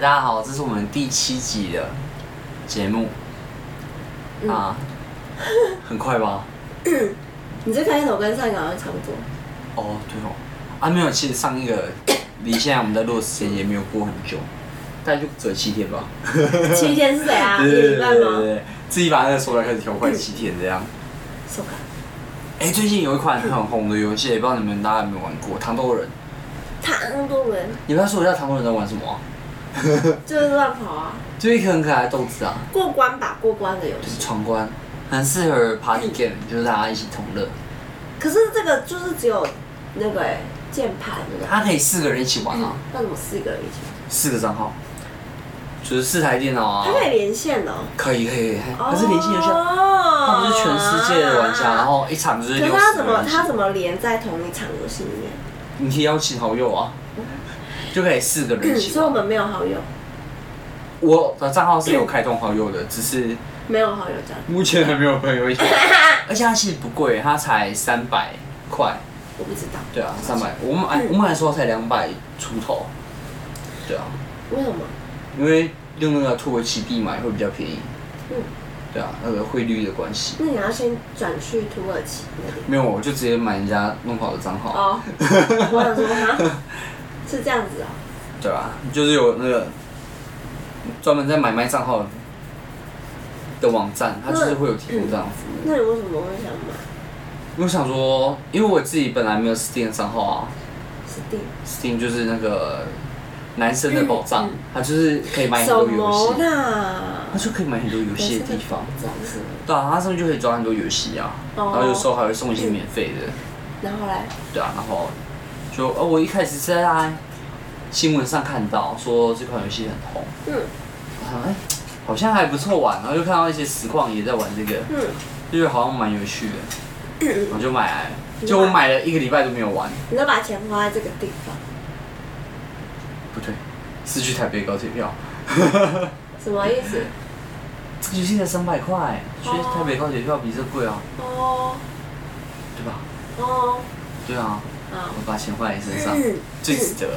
家好，这是我们第7集的节目。啊，很快吧？ 你这开头跟上一个好像差不多。 哦，对哦。啊，没有，其实上一个离现在我们在录的时间也没有过很久，大概就只有7天吧。 7天是谁啊？ 对对对对吗？ 对，自己把那个手表开始调快7天这样。 手感。 最近有一款很红的游戏，不知道你们大家有没有玩过《糖豆人》。 糖豆人。 你不要说一下糖豆人在玩什么啊？ 就是乱跑啊。 就一颗很可爱的豆子啊。 过关吧，过关的游戏。 闯关，很适合 party game，就是大家一起同乐。 可是这个就是只有那个键盘的。 它可以4个人一起玩啊。 那怎么4个人一起玩 ？4个账号，就是4台电脑啊。 它可以连线的。 可以。可是连线游戏，它不是全世界的玩家，然后一场就是60个人。 可是它怎么连在同一场游戏里面？ 你可以邀请好友啊，就可以4个人一起玩。 所以我们没有好友。 我的账号是有开通好友的，只是没有好友这样。 目前还没有朋友一起玩，而且它其实不贵，它才300块。 我不知道。 对啊，300。我买的时候才200出头。对啊。 为什么？ 因为用那个土耳其币买会比较便宜。对啊，那个汇率的关系。 那你要先转去土耳其那里？ 没有，我就直接买人家弄好的账号。 哦。我想说哈，是这样子啊。 对啊，就是有那个专门在买卖账号的网站，它就是会有提供这样的服务。 那你为什么会想买？ 我想说，因为我自己本来没有 Steam 的账号啊。Steam 就是那个男生的宝藏，它就是可以买很多游戏。它就可以买很多游戏的地方。对啊，它上面就可以抓很多游戏啊，然后有时候还会送一些免费的。 然后嘞？对啊，然后就我一开始是在新闻上看到说这款游戏很红。我想好像还不错玩，然后就看到一些实况也在玩这个，就觉得好像蛮有趣的，我就买来了。就我买了1个礼拜都没有玩。 你都把钱花在这个地方？ 不对，是去台北高铁票。 什么意思？ 这个游戏才300块，去台北高铁票比这贵啊。 哦。 对吧？ 哦。 对啊。我把钱花在你身上，最值得了。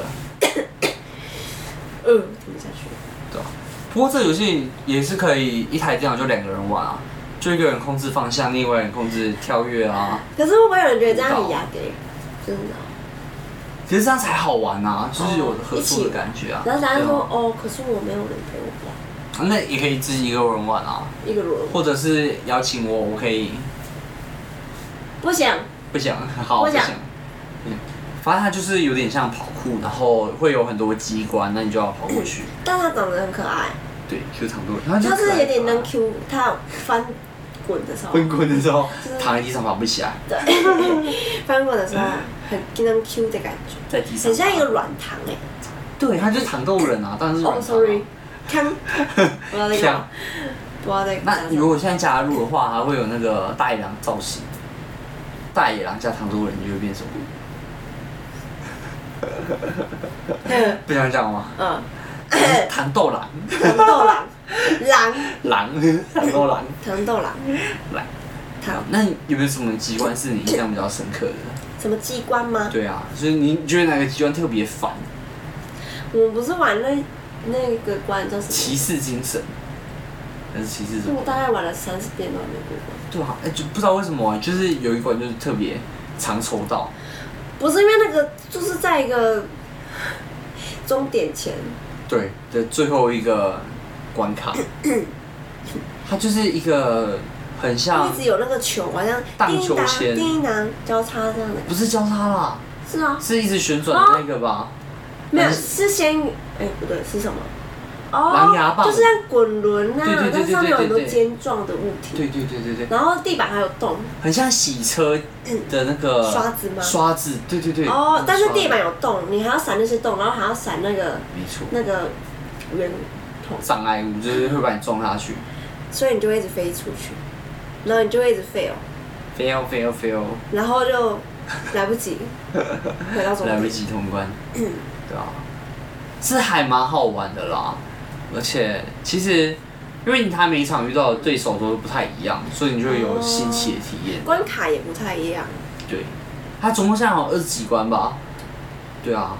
听不下去。 对啊。不过这游戏也是可以一台电脑就2个人玩啊，就一个人控制方向，另外一个人控制跳跃啊。 可是会不会有人觉得这样很压给人？真的。 其实这样才好玩啊，就是有合作的感觉啊。 然后大家说可是我没有人陪我玩。 那也可以自己一个人玩啊。 一个人。 或者是邀请我，我可以。 不想。 不想，好，不想。反正它就是有点像跑酷，然后会有很多机关，那你就要跑过去。 但它长得很可爱。 对 ，Q 长度，它是有点能 Q， 它翻滚的时候。 翻滚的时候，躺在地上跑不起来。 对，翻滚的时候很能 Q 的感觉。 在地上。 很像一个软糖对，它就是糖豆人啊，当然是软糖。 sorry， 锵，不知道在干嘛。不知道在干嘛。 那如果现在加入的话，还会有那个大野狼造型。大野狼加糖豆人，你就会变什么？不想讲吗？糖豆狼。 糖豆狼。糖豆狼。糖豆狼。 那有没有什么机关是你印象比较深刻的？ 什么机关吗？ 对啊，所以你觉得哪个机关特别烦？ 我们不是玩那个关叫什么？ 骑士精神。还是骑士什么？ 我大概玩了30遍都还没过关。 对啊，就不知道为什么就是有一关就是特别常抽到。 不是因为那个就是在一个终点前。对的最后一个关卡，它就是一个很像。 一直有那个球，好像荡秋千、 叮当交叉这样的。 不是交叉啦。 是啊。 是一直旋转的那个吧？ 没有，是先不对，是什么？ 狼牙棒。 就是像滚轮那样，但上面有很多尖状的物体。 对。 然后地板还有洞。 很像洗车的那个刷子吗？ 刷子，对。 但是地板有洞，你还要闪那些洞，然后还要闪那个。 没错。 那个圆筒。 障碍物就是会把你撞下去。 所以你就会一直飞出去，然后你就会一直fail。 fail。 然后就来不及回到终点。 来不及通关。对啊。是还蛮好玩的啦。而且其实，因为他每一场遇到的对手都不太一样，所以你就会有新奇的体验。 关卡也不太一样。 对，它总共现在好像20几关吧？对啊，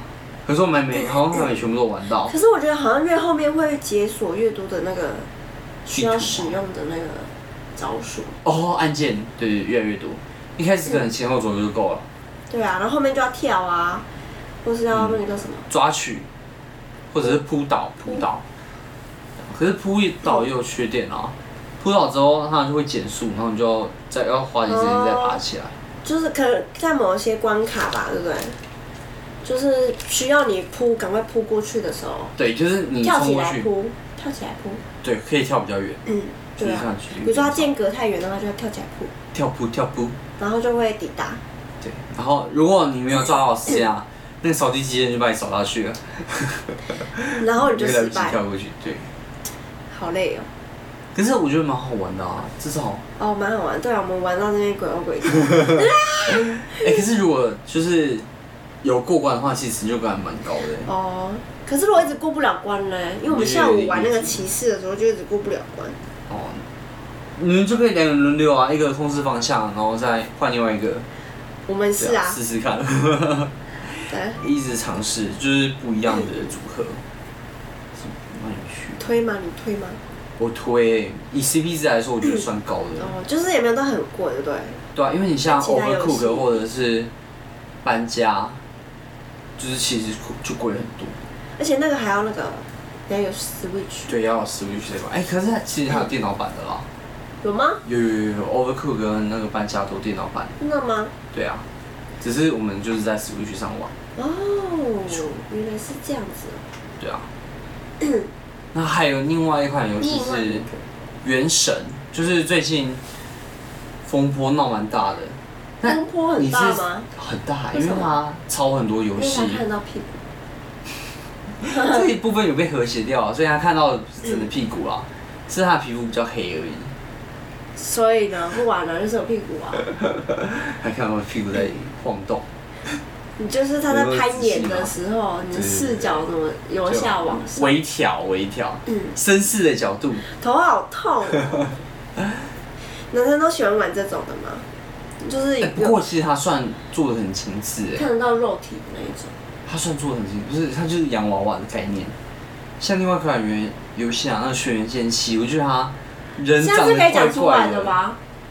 可是我好像还没全部都玩到。 可是我觉得好像越后面会解锁越多的那个需要使用的那个招数。 哦，按键对，越来越多。一开始可能前后左右就够了。 对啊，然后后面就要跳啊，或是要那个叫什么抓取，或者是扑倒。可是扑倒也有缺点啊，扑倒之后它就会减速，然后你就要花点时间再爬起来。 就是可能在某一些关卡吧，对不对？就是需要你赶快扑过去的时候。 对，就是你跳起冲过去， 来扑，跳起来扑。 对，可以跳比较远。 对啊。比如说它间隔太远的话，就要跳起来扑。跳扑。然后就会抵达。 对，然后如果你没有抓好时间啊，那个扫地机器人就把你扫下去了。 然后你就失败。 跳过去，对。 好累哦。 可是我觉得蛮好玩的啊，至少。 哦，蛮好玩。对啊，我们玩到那边鬼吼鬼叫。 可是如果就是有过关的话，其实成就感蛮高的。 哦，可是如果一直过不了关呢？因为我们下午玩那个骑士的时候，就一直过不了关。 哦，你们就可以2个人轮流啊，一个控制方向，然后再换另外一个。 我们是啊， 试试看。 对， 一直尝试，就是不一样的组合。哪里去？ 推吗？你推吗？ 我推，以 CP 值来说，我觉得算高的。 哦，就是也没有到很贵，对不对？ 对啊，因为你像 Overcook 或者是搬家，就是其实就贵很多。 而且那个还要那个，要有 Switch。 对，要有 Switch 这款。可是其实它有电脑版的啦。 有吗？ 有 Overcook 跟那个搬家都电脑版。 真的吗？ 对啊，只是我们就是在 Switch 上玩。 哦，原来是这样子。 对啊。那还有另外一款游戏是《原神》，就是最近风波闹蛮大的。 风波很大吗？ 很大，因为它抄很多游戏。 因为他看到屁股。 这一部分有被和谐掉，所以他看到整个屁股啦，是他的皮肤比较黑而已。 所以呢，不玩了，就是有屁股啊。 还看到屁股在晃动。 你就是他在攀岩的时候，你的视角怎么由下往上？ 微调，绅士的角度。 头好痛哦。男生都喜欢玩这种的吗？就是不过其实他算做的很精致， 看得到肉体的那一种。 他算做的很精致，不是，他就是洋娃娃的概念。像另外一款游戏啊，那个《轩辕剑7》，我觉得他人长得怪怪的吧？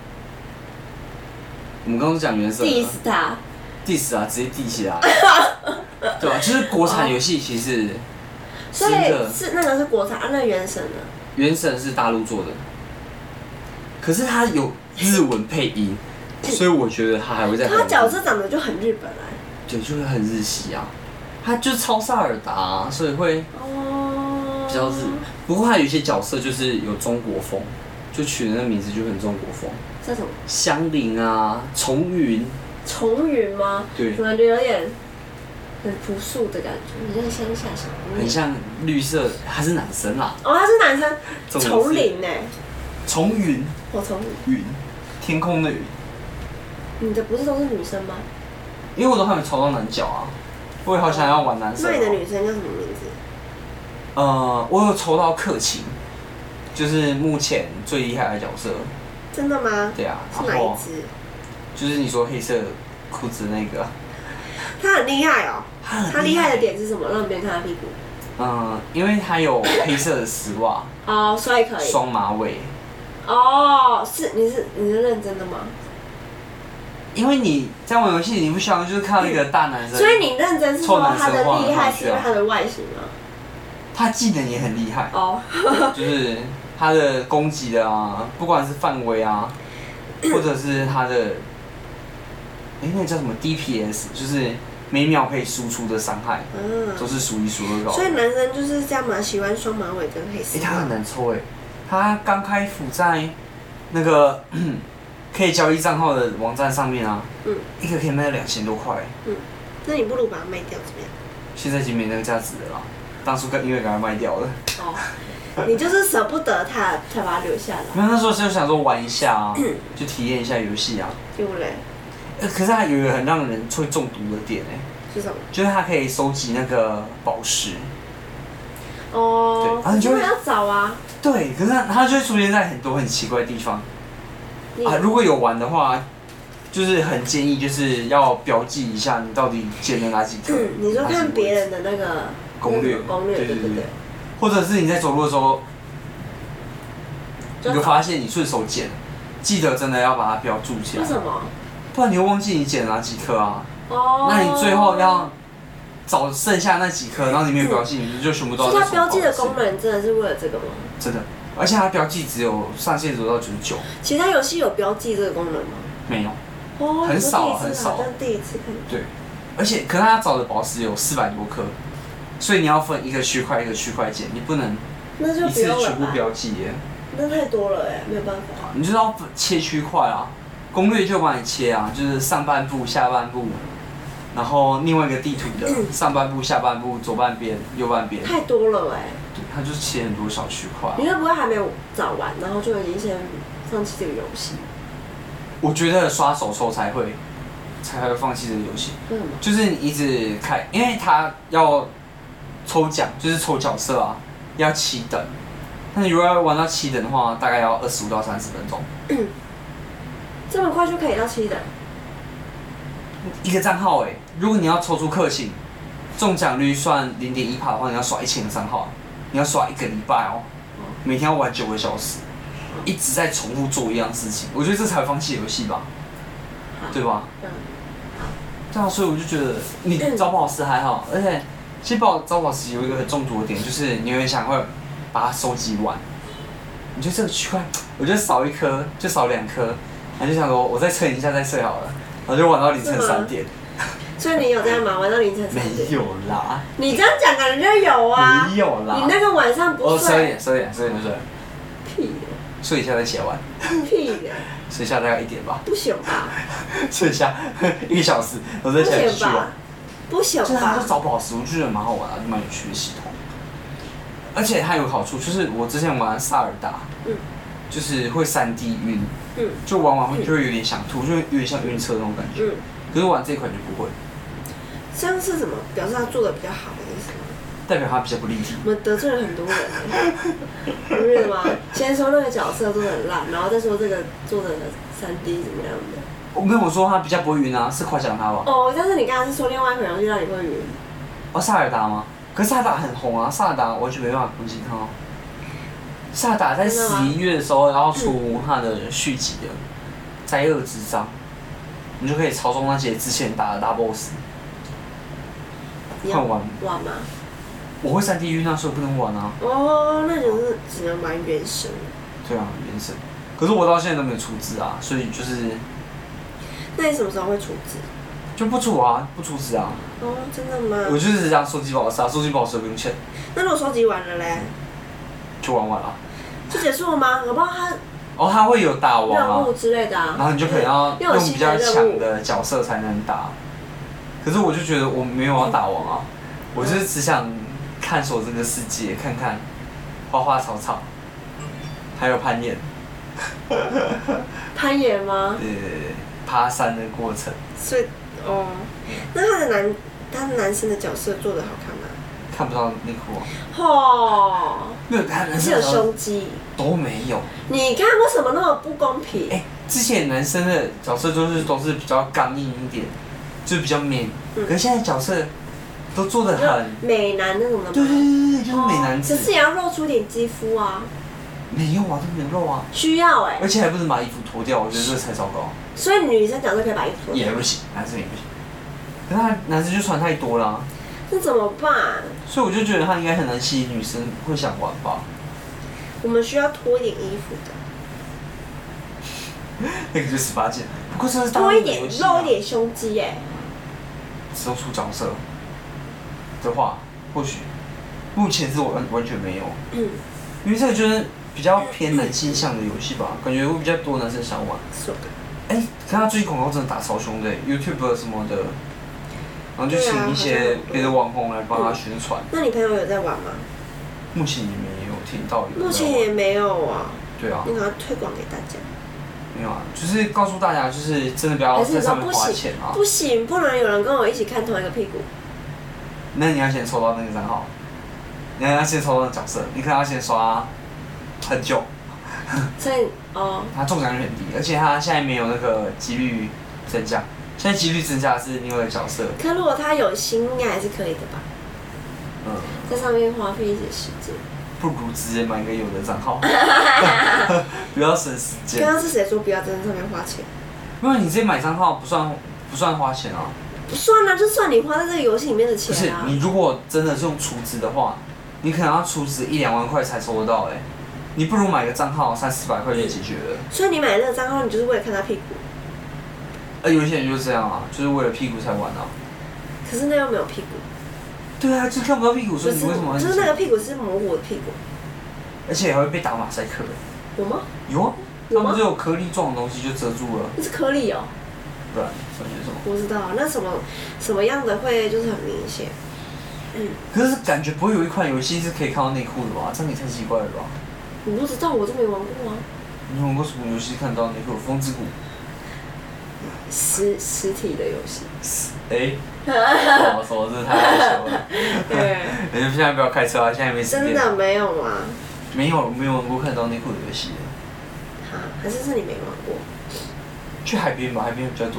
我们刚刚讲原色。 diss 他。 diss 啊，直接 diss 起来。对啊，就是国产游戏其实。 所以是那个是国产，那原神呢？ 原神是大陆做的，可是它有日文配音，所以我觉得它还会在。 他角色长得就很日本哎。 对，就会很日系啊。他就是超萨尔达、啊，所以会比较日。不过他有一些角色就是有中国风，就取的那个名字就很中国风。 叫什么？ 香菱啊，重云。 重云吗？ 对。 感觉有点很朴素的感觉，很像乡下小姑娘。 很像绿色，他是男生啦。 哦，他是男生。重林哎。 重云。 我重云。天空的云。 你的不是都是女生吗？ 因为我都还没抽到男角啊。我也好想要玩男生、 那你的女生叫什么名字？ 我有抽到克勤，就是目前最厉害的角色。 真的吗？ 对啊。 是哪一只？ 就是你说黑色裤子那个。 他很厉害哦。他厉害的点是什么？让别人看他屁股。 因为他有黑色的丝袜。 哦，所以可以。 双马尾。 哦，你是认真的吗？ 因为你在玩游戏，你不希望就是看到一个大男生。 所以你认真是说他的厉害是因为他的外形吗？ 他技能也很厉害哦， 就是他的攻击的啊，不管是范围啊，或者是他的，那个叫什么 DPS， 就是每秒可以输出的伤害，都是数一数二高。 所以男生就是这样嘛，喜欢双马尾跟黑丝。 他很难抽他刚开服在那个。可以交易账号的网站上面啊，一个可以卖到2000多块。 那你不如把它卖掉怎么样？ 现在已经没那个价值了啦，当初因为给它卖掉了。 哦，你就是舍不得它，才把它留下来。 没有，那时候就想说玩一下啊，就体验一下游戏啊。 对不对？ 可是它有一个很让人会中毒的点是什么？ 就是它可以收集那个宝石。 哦。对，你就会要找啊。 对，可是它就会出现在很多很奇怪的地方。如果有玩的话， 就是很建议就是要标记一下你到底捡了哪几颗。 你说看别人的那个攻略， 对。 或者是你在走路的时候，你就发现你顺手捡，记得真的要把它标注起来。 为什么？ 不然你会忘记你捡了哪几颗啊。那你最后要找剩下那几颗，然后你没有标记，你就全部都要再重跑一次。 它标记的功能真的是为了这个吗？ 真的，而且它标记只有上限只有到99。 其他游戏有标记这个功能吗？ 没有，很少很少。 好像第一次看到。 对，而且可是它找的宝石有400多颗，所以你要分一个区块一个区块捡，你不能一次全部标记耶。 那太多了哎，没有办法。 你就是要切区块啊，攻略就帮你切啊，就是上半部、下半部。然后另外一个地图的上半部、下半部、左半边、右半边， 太多了哎。 对，它就是切很多小区块。 你会不会还没有找完，然后就已经先放弃这个游戏？ 我觉得刷手抽才会放弃这个游戏。 为什么？ 就是你一直开，因为它要抽奖，就是抽角色啊，要7等。但是如果要玩到7等的话，大概要25到30分钟。 这么快就可以到7等？ 一个账号如果你要抽出氪星，中奖率算0.1%的话，你要刷1000个账号，你要刷1个礼拜哦，每天要玩9个小时，一直在重复做一样事情，我觉得这才会放弃游戏吧，对吧？对啊，所以我就觉得你找宝石还好，而且其实找宝石有一个很中毒的点，就是你会想会把它收集完。你觉得这个区块，我觉得少1颗就少2颗，然后就想说我再撑一下再睡好了。然后就玩到凌晨3点。 所以你有这样吗？玩到凌晨3点？ 没有啦。 你这样讲感觉就有啊。 没有啦。 你那个晚上不睡 ？12点就睡。 屁的。 睡一下再写完。 屁的。 睡一下大概1点吧。 不行吧？ 睡一下1个小时，我再起来继续玩。 不行吧？ 就是他找宝石，我觉得蛮好玩的，就蛮有趣的系统。而且它有好处，就是我之前玩萨尔达，就是会3D 晕。就玩完就会有点想吐，就有点像晕车那种感觉。可是玩这一款就不会。 这样是什么？表示他做的比较好的意思吗？ 代表他比较不立体。 我们得罪了很多人，不是吗？先说那个角色做的很烂，然后再说这个做的3D 怎么样的。 我没有说他比较不会晕啊，是夸奖他吧？ 哦，但是你刚刚是说另外一款游戏让你会晕。 萨尔达吗？可是萨尔达很红啊，萨尔达完全没办法攻击他。萨尔达在11月的时候，然后出它的续集的《灾厄之章》，你就可以操纵那些之前打的大 BOSS。看玩吗？ 我会3D 晕啊，所以不能玩啊。 哦，那就是只能玩原神。 对啊，原神。可是我到现在都没有出资啊，所以就是。 那你什么时候会出资？ 就不出啊，不出资啊。 哦，真的吗？ 我就是这样收集宝石啊，收集宝石不用钱。 那如果收集完了嘞？ 就玩完了。 就结束了吗？搞不好他它会有打王啊， 任务之类的啊， 然后你就可能要用比较强的角色才能打。可是我就觉得我没有要打王啊，我就是只想探索这个世界，看看花花草草，还有攀岩。 攀岩吗？ 对，爬山的过程。 所以那他的男生的角色做的好看吗？ 看不到内裤啊。 哦。 没有，他男生有胸肌都没有。 你看为什么那么不公平？ 之前男生的角色都是比较刚硬一点，就是比较 man。可是现在角色都做得很美男那种的吗？ 对，就是美男子。 可是也要露出点肌肤啊。 没有啊，都没有露啊。 需要而且还不能把衣服脱掉，我觉得这才糟糕。 所以女生角色可以把衣服脱掉。 也不行，男生也不行。可是他男生就穿太多了。 那怎么办？ 所以我就觉得他应该很难吸引女生会想玩吧。 我们需要脱一点衣服的。那个就18禁，不过这是脱一点，露一点胸肌只有出角色的话，或许目前是我完全没有。因为这个就是比较偏男性向的游戏吧，感觉会比较多男生想玩。 是的。 看他最近广告真的打超凶的，YouTube 什么的。然后就请一些别的网红来帮他宣传。 那你朋友有在玩吗？ 目前也没有听到有。 目前也没有啊。 对啊。 你赶快推广给大家。 没有啊，就是告诉大家，就是真的不要在上面花钱啊。 不行，不能有人跟我一起看同一个屁股。 那你要先抽到那个账号，你要先抽到那个角色，你可能要先刷很久。 所以他中奖率很低，而且他现在没有那个几率增加。现在几率增加是另外一个角色。 可如果他有心，应该还是可以的吧？在上面花费一些时间。 不如直接买一个有的账号，不要省时间。 刚刚是谁说不要在上面花钱？ 因为你直接买账号不算花钱啊。 不算啊，就算你花在这个游戏里面的钱啊。不是，你如果真的是用储值的话，你可能要储值1-2万块才收得到你不如买个账号300-400块就解决了。 所以你买那个账号，你就是为了看他屁股。 有些人就是这样啊，就是为了屁股才玩啊。 可是那又没有屁股。 对啊，就看不到屁股，所以你为什么？ 就是那个屁股是模糊的屁股。 而且还会被打马赛克。 有吗？ 有啊，他们就有颗粒状的东西就遮住了。 那是颗粒哦。 不然算是什么？ 我知道，那什么样的会就是很明显。 可是感觉不会有一款游戏是可以看到内裤的吧？这样也太奇怪了吧？ 我不知道，我都没玩过啊。 你玩过什么游戏看到内裤？风之谷。 实体的游戏。 什么这太害羞了。对。你们现在不要开车啊！现在没时间。 真的没有吗？ 没有玩过看到内裤的游戏。 哈，还是你没玩过？ 去海边吧，海边比较多。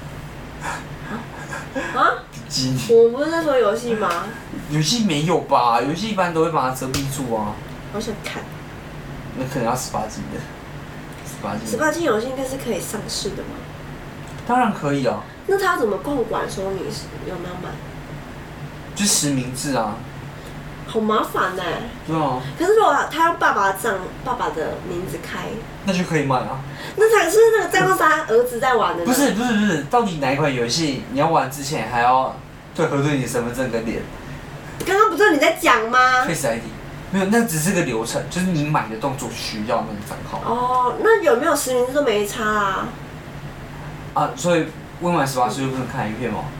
啊？比基尼。我不是在说游戏吗？ 游戏没有吧？游戏一般都会把它遮蔽住啊。 好想看。 那可能要18禁的。 18禁游戏应该是可以上市的吗？ 当然可以啊。 那他怎么控管说你有没有买？ 就实名制啊。 好麻烦呢。 对啊。 可是如果他用爸爸的名字开， 那就可以买啊。 那才是那个账号是他儿子在玩的。 不是，到底哪一款游戏你要玩之前还要核对你的身份证跟脸？ 刚刚不是你在讲吗 ？Face ID 没有，那只是个流程，就是你买的动作需要那个账号。 哦，那有没有实名制都没差啊？ 啊，所以未满18岁就不能看影片吗？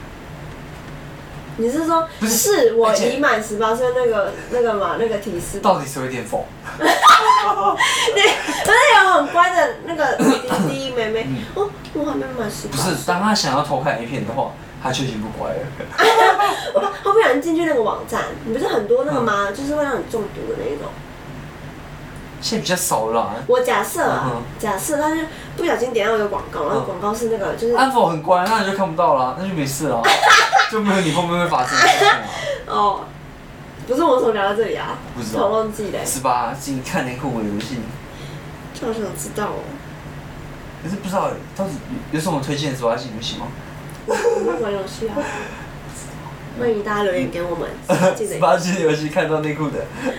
你是说，是我已满18岁那个提示？ 到底谁会点否？ 对，不是有很乖的那个弟弟妹妹，我还没满18。 不是，当他想要偷看 A 片的话，他就已经不乖了。 他不小心进去那个网站，你不是很多那个吗？就是会让你中毒的那一种。 现在比较少了啦。 我假设他是不小心点到一个广告，然后广告是那个就是。 安否很乖，那你就看不到了，那就没事了，就没有你后面会发生的事情啊。 哦，不是我怎么聊到这里啊？ 不知道。 讨论自己嘞。 18禁看内裤的游戏。 就好想知道哦。 可是不知道到底有什么推荐18禁游戏吗？ 我会玩游戏啊。欢迎大家留言给我们。 18禁游戏看到内裤的。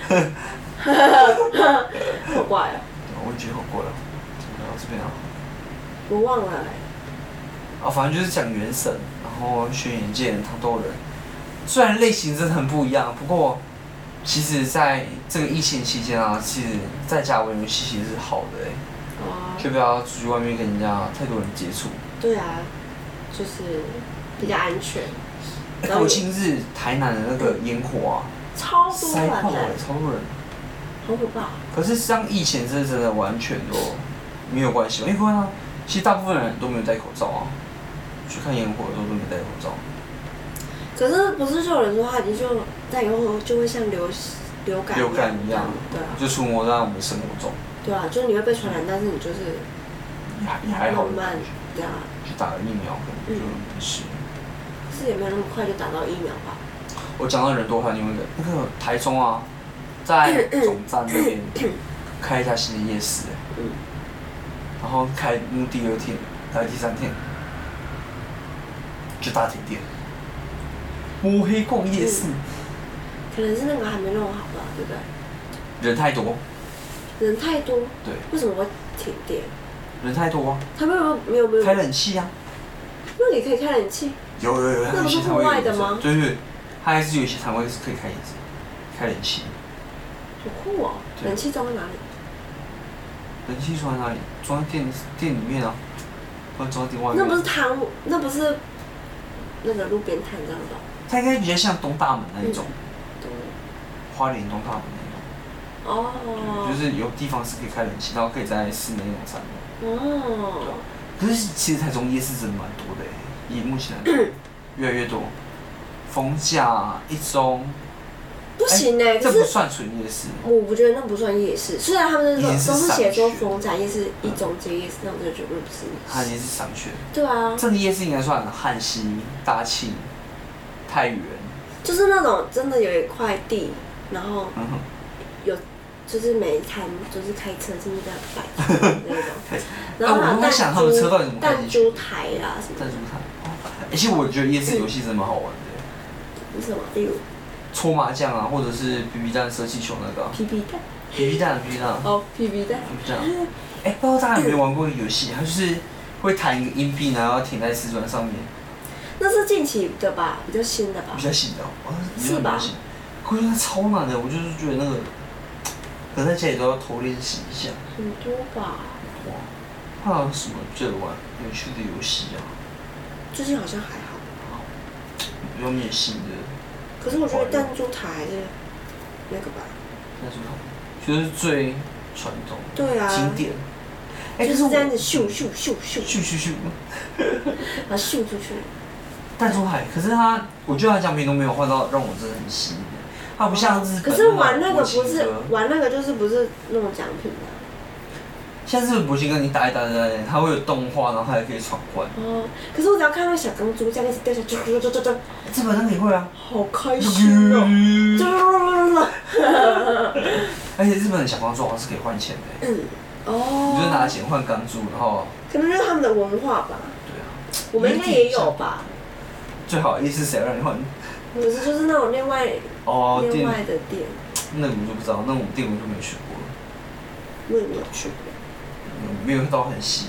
好怪啊！ 我也觉得好怪啊。然后这边啊。 我忘了反正就是讲原神，然后轩辕剑、糖豆人。虽然类型真的很不一样，不过其实在这个疫情期间啊，其实在家玩游戏其实是好的就不要出去外面跟人家太多人接触。 对啊，就是比较安全。 国庆日台南的那个烟火啊， 超多人， 塞爆超多人。 好可怕！ 可是像以前真的完全都没有关系，因为呢，其实大部分人都没有戴口罩啊。去看烟火的时候都没戴口罩。 可是不是就有人说他已经就戴以后就会像流感一样，对啊，就出没在我们的生活中。 对啊，就是你会被传染，但是你就是也还好， 慢慢对啊， 去打了疫苗可能就没事。 是也没有那么快就打到疫苗吧？ 我讲到人多，还有那个台中啊。在总站那边开一家新的夜市，然后开第2天，还有第3天，就大停电。摸黑逛夜市， 可能是那个还没弄好吧，对不对？ 人太多。 人太多。 对。 为什么会停电？ 人太多啊。 他们没有。开冷气啊。 那里可以开冷气？ 有。 那不是户外的吗？ 对，它还是有一些摊位是可以开冷气。 好酷哦！冷气装在哪里？ 冷气装在哪里？装在店里面啊，不然装在店外面。 那不是那个路边摊这样的。 它应该比较像东大门那一种。花莲东大门那种。 哦。 就是有地方是可以开冷气，然后可以在室内用餐的。可是其实台中夜市真的蛮多的以目前越来越多。逢甲、一中。 不行哎， 这不算纯夜市。 我不觉得那不算夜市，虽然他们都是写说逢甲夜市、一中街夜市，那我就绝对不是。 它已经是商圈。 对啊。 这个夜市应该算汉西、大庆、太原。 就是那种真的有一块地，然后有就是每一摊就是开车进去在摆那种。然后我在想他们车到底怎么开进去？ 弹珠台啦什么。 弹珠台。其实我觉得夜市游戏真的蛮好玩的。 什么？例如？ 搓麻将啊，或者是 BB 弹射气球那个。 BB 弹。 BB 弹。 哦，BB 弹。 BB 弹。不知道大家有没有玩过一个游戏？它就是会弹一个硬币，然后停在瓷砖上面。 那是近期的吧，比较新的吧。 比较新的是吧？ 我觉得它超难的，我就是觉得那个，可能在家里都要偷练习一下。 很多吧。 哇，还有什么最玩有趣的游戏啊？ 最近好像还好。 比较免新的。 可是我觉得弹珠台还是那个吧。 弹珠台就是最传统。 对啊。 经典。 就是这样子咻咻咻咻。然后咻出去。 弹珠台，可是我觉得它奖品都没有换到让我真的很吸引。它不像日本。 可是玩那个不是玩那个就是不是那种奖品的。 像日本博兴哥，你打一打，它会有动画，然后它还可以闯关。 哦，可是我只要看到小钢珠这样一直掉下去， 日本那个也会啊。 好开心哦！ 而且日本的小钢珠好像是可以换钱的。 哦。 你就拿钱换钢珠，然后。 可能就是他们的文化吧。 对啊。 我们应该也有吧。 最好意思谁要让你换？ 不是，就是那种另外的店。 那个我就不知道，那种店我就没去过了。 我也没有去过。 没有到很吸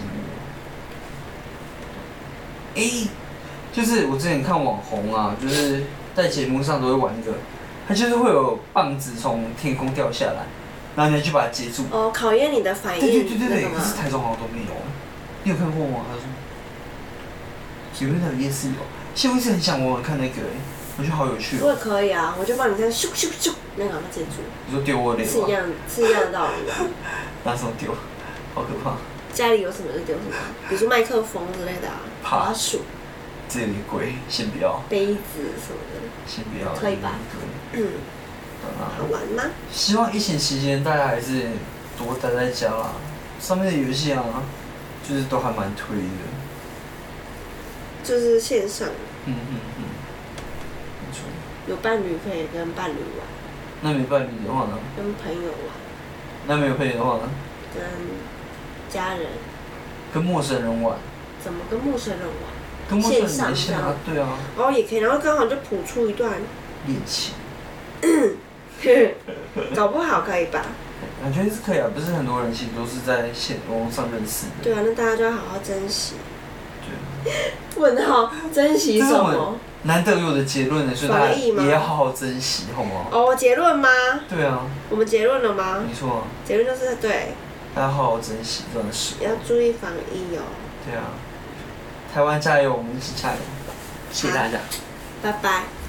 引我。就是我之前看网红啊，就是在节目上都会玩一个，他就是会有棒子从天空掉下来，然后你要去把它接住。 哦，考验你的反应。 对，可是台中好像都没有。你有看过吗？他说有没有夜市有？其实我一直很想玩看那个我觉得好有趣哦。 我也可以啊，我就帮你这样咻咻咻，那个把它接住。 你说丢我脸吗？ 是一样的道理。 拿什么丢？好可怕！ 家里有什么就丢什么，比如说麦克风之类的啊，滑鼠。 这有点贵，先不要。 杯子什么的。 先不要。 可以吧？好玩吗？ 希望疫情期间大家还是多待在家啦。上面的游戏啊，就是都还蛮推的。 就是线上。 没错。 有伴侣可以跟伴侣玩。 那没伴侣的话呢？ 跟朋友玩。 那没有朋友的话呢？ 跟家人。 跟陌生人玩。 怎么跟陌生人玩？ 跟陌生人连线啊，对啊。 然后也可以，然后刚好就谱出一段恋情。 搞不好可以吧？ 感觉是可以啊，不是很多人其实都是在网上认识的。 对啊，那大家就要好好珍惜。 对。 问号，珍惜什么？ 难得有的结论呢，所以大家也要好好珍惜，好吗？ 哦，结论吗？ 对啊。 我们结论了吗？ 没错。 结论就是对。 大家好好珍惜这段时光。 要注意防疫哦。 对啊。台湾加油，我们一起加油！谢谢大家。 拜拜。